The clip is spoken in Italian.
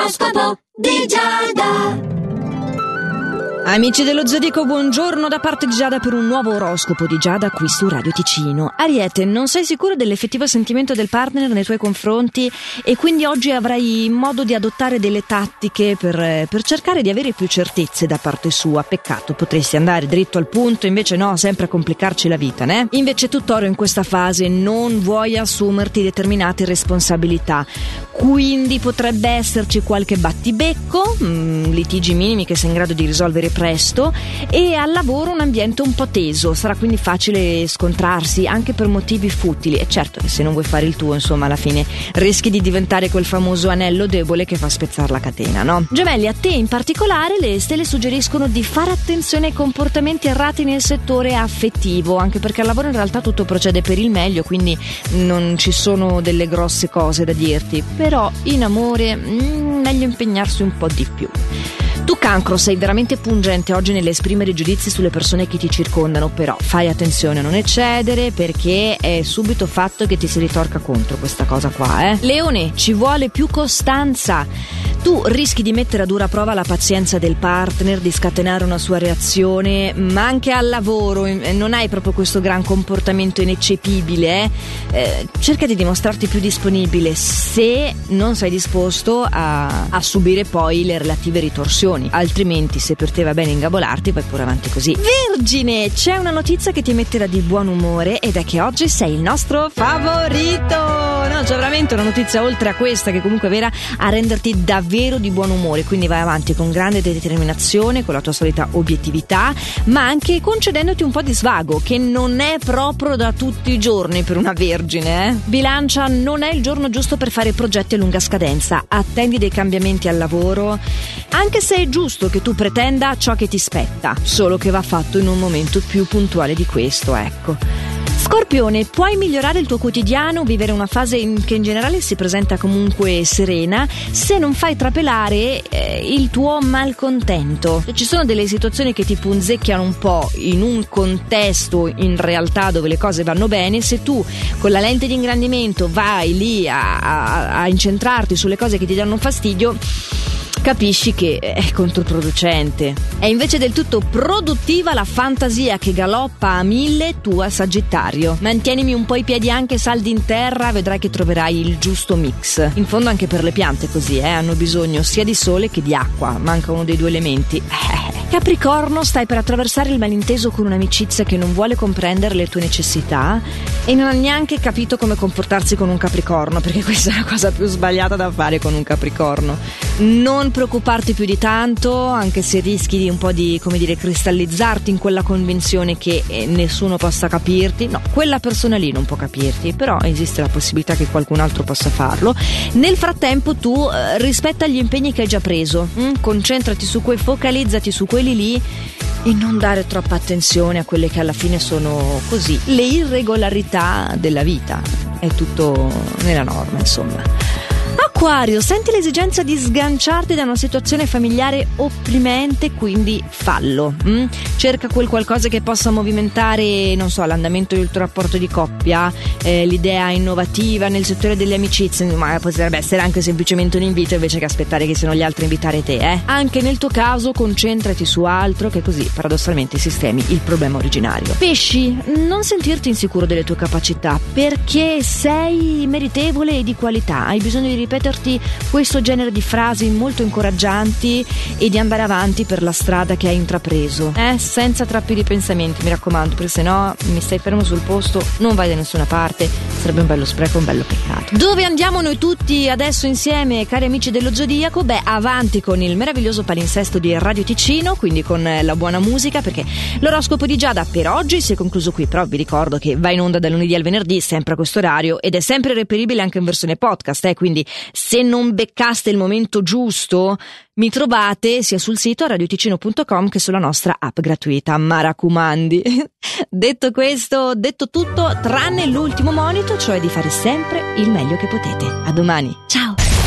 L'oroscopo di Giada. Amici dello Zodiaco, buongiorno da parte di Giada per un nuovo oroscopo di Giada qui su Radio Ticino. Ariete, non sei sicuro dell'effettivo sentimento del partner nei tuoi confronti e quindi oggi avrai modo di adottare delle tattiche per cercare di avere più certezze da parte sua. Peccato, potresti andare dritto al punto, invece no, sempre a complicarci la vita, né? Invece tu, Toro, in questa fase non vuoi assumerti determinate responsabilità, quindi potrebbe esserci qualche battibecco, litigi minimi che sei in grado di risolvere presto, e al lavoro un ambiente un po' teso, sarà quindi facile scontrarsi anche per motivi futili, e certo che se non vuoi fare il tuo, insomma, alla fine rischi di diventare quel famoso anello debole che fa spezzare la catena, no? Gemelli, a te in particolare le stelle suggeriscono di fare attenzione ai comportamenti errati nel settore affettivo, anche perché al lavoro in realtà tutto procede per il meglio, quindi non ci sono delle grosse cose da dirti, però in amore meglio impegnarsi un po' di più. Tu, Cancro, sei veramente pungente oggi nell'esprimere giudizi sulle persone che ti circondano, però fai attenzione a non eccedere, perché è subito fatto che ti si ritorca contro questa cosa qua, Leone, ci vuole più costanza. Tu rischi di mettere a dura prova la pazienza del partner, di scatenare una sua reazione, ma anche al lavoro non hai proprio questo gran comportamento ineccepibile, cerca di dimostrarti più disponibile se non sei disposto a subire poi le relative ritorsioni. Altrimenti, se per te va bene ingabolarti, vai pure avanti così. Vergine, c'è una notizia che ti metterà di buon umore, ed è che oggi sei il nostro favorito. No, c'è veramente una notizia oltre a questa, che comunque è vera, a renderti davvero di buon umore. Quindi vai avanti con grande determinazione, con la tua solita obiettività, ma anche concedendoti un po' di svago, che non è proprio da tutti i giorni per una vergine, Bilancia, non è il giorno giusto per fare progetti a lunga scadenza. Attendi dei cambiamenti al lavoro, anche se è giusto che tu pretenda ciò che ti spetta, solo che va fatto in un momento più puntuale di questo, ecco. Scorpione, puoi migliorare il tuo quotidiano, vivere una fase che in generale si presenta comunque serena, se non fai trapelare il tuo malcontento. Ci sono delle situazioni che ti punzecchiano un po' in un contesto in realtà dove le cose vanno bene. Se tu con la lente di ingrandimento vai lì a incentrarti sulle cose che ti danno fastidio, capisci che è controproducente. È invece del tutto produttiva la fantasia che galoppa a 1000 tua Sagittario. Mantienimi un po' i piedi anche saldi in terra, vedrai che troverai il giusto mix. In fondo anche per le piante così, hanno bisogno sia di sole che di acqua, manca uno dei due elementi. Capricorno, stai per attraversare il malinteso con un'amicizia che non vuole comprendere le tue necessità e non ha neanche capito come comportarsi con un Capricorno, perché questa è la cosa più sbagliata da fare con un Capricorno. Non preoccuparti più di tanto, anche se rischi di un po' di, come dire, cristallizzarti in quella convinzione che nessuno possa capirti. No, quella persona lì non può capirti, però esiste la possibilità che qualcun altro possa farlo. Nel frattempo tu rispetta gli impegni che hai già preso, concentrati su focalizzati su quelli lì e non dare troppa attenzione a quelle che alla fine sono così le irregolarità della vita. È tutto nella norma, insomma. Acquario, senti l'esigenza di sganciarti da una situazione familiare opprimente, quindi fallo. Cerca quel qualcosa che possa movimentare, non so, l'andamento del tuo rapporto di coppia, l'idea innovativa nel settore delle amicizie, ma potrebbe essere anche semplicemente un invito invece che aspettare che siano gli altri a invitare te, Anche nel tuo caso concentrati su altro, che così paradossalmente sistemi il problema originario. Pesci, non sentirti insicuro delle tue capacità, perché sei meritevole e di qualità, hai bisogno di ripeterti questo genere di frasi molto incoraggianti e di andare avanti per la strada che hai intrapreso, senza troppi ripensamenti, mi raccomando, perché se no mi stai fermo sul posto, non vai da nessuna parte, sarebbe un bello spreco, un bello peccato. Dove andiamo noi tutti adesso insieme, cari amici dello Zodiaco? Avanti con il meraviglioso palinsesto di Radio Ticino, quindi con la buona musica, perché l'oroscopo di Giada per oggi si è concluso qui, però vi ricordo che va in onda dal lunedì al venerdì, sempre a questo orario, ed è sempre reperibile anche in versione podcast, quindi se non beccaste il momento giusto, mi trovate sia sul sito radioticino.com che sulla nostra app gratuita, ma raccomandi. Detto questo, detto tutto, tranne l'ultimo monito, cioè di fare sempre il meglio che potete. A domani, ciao!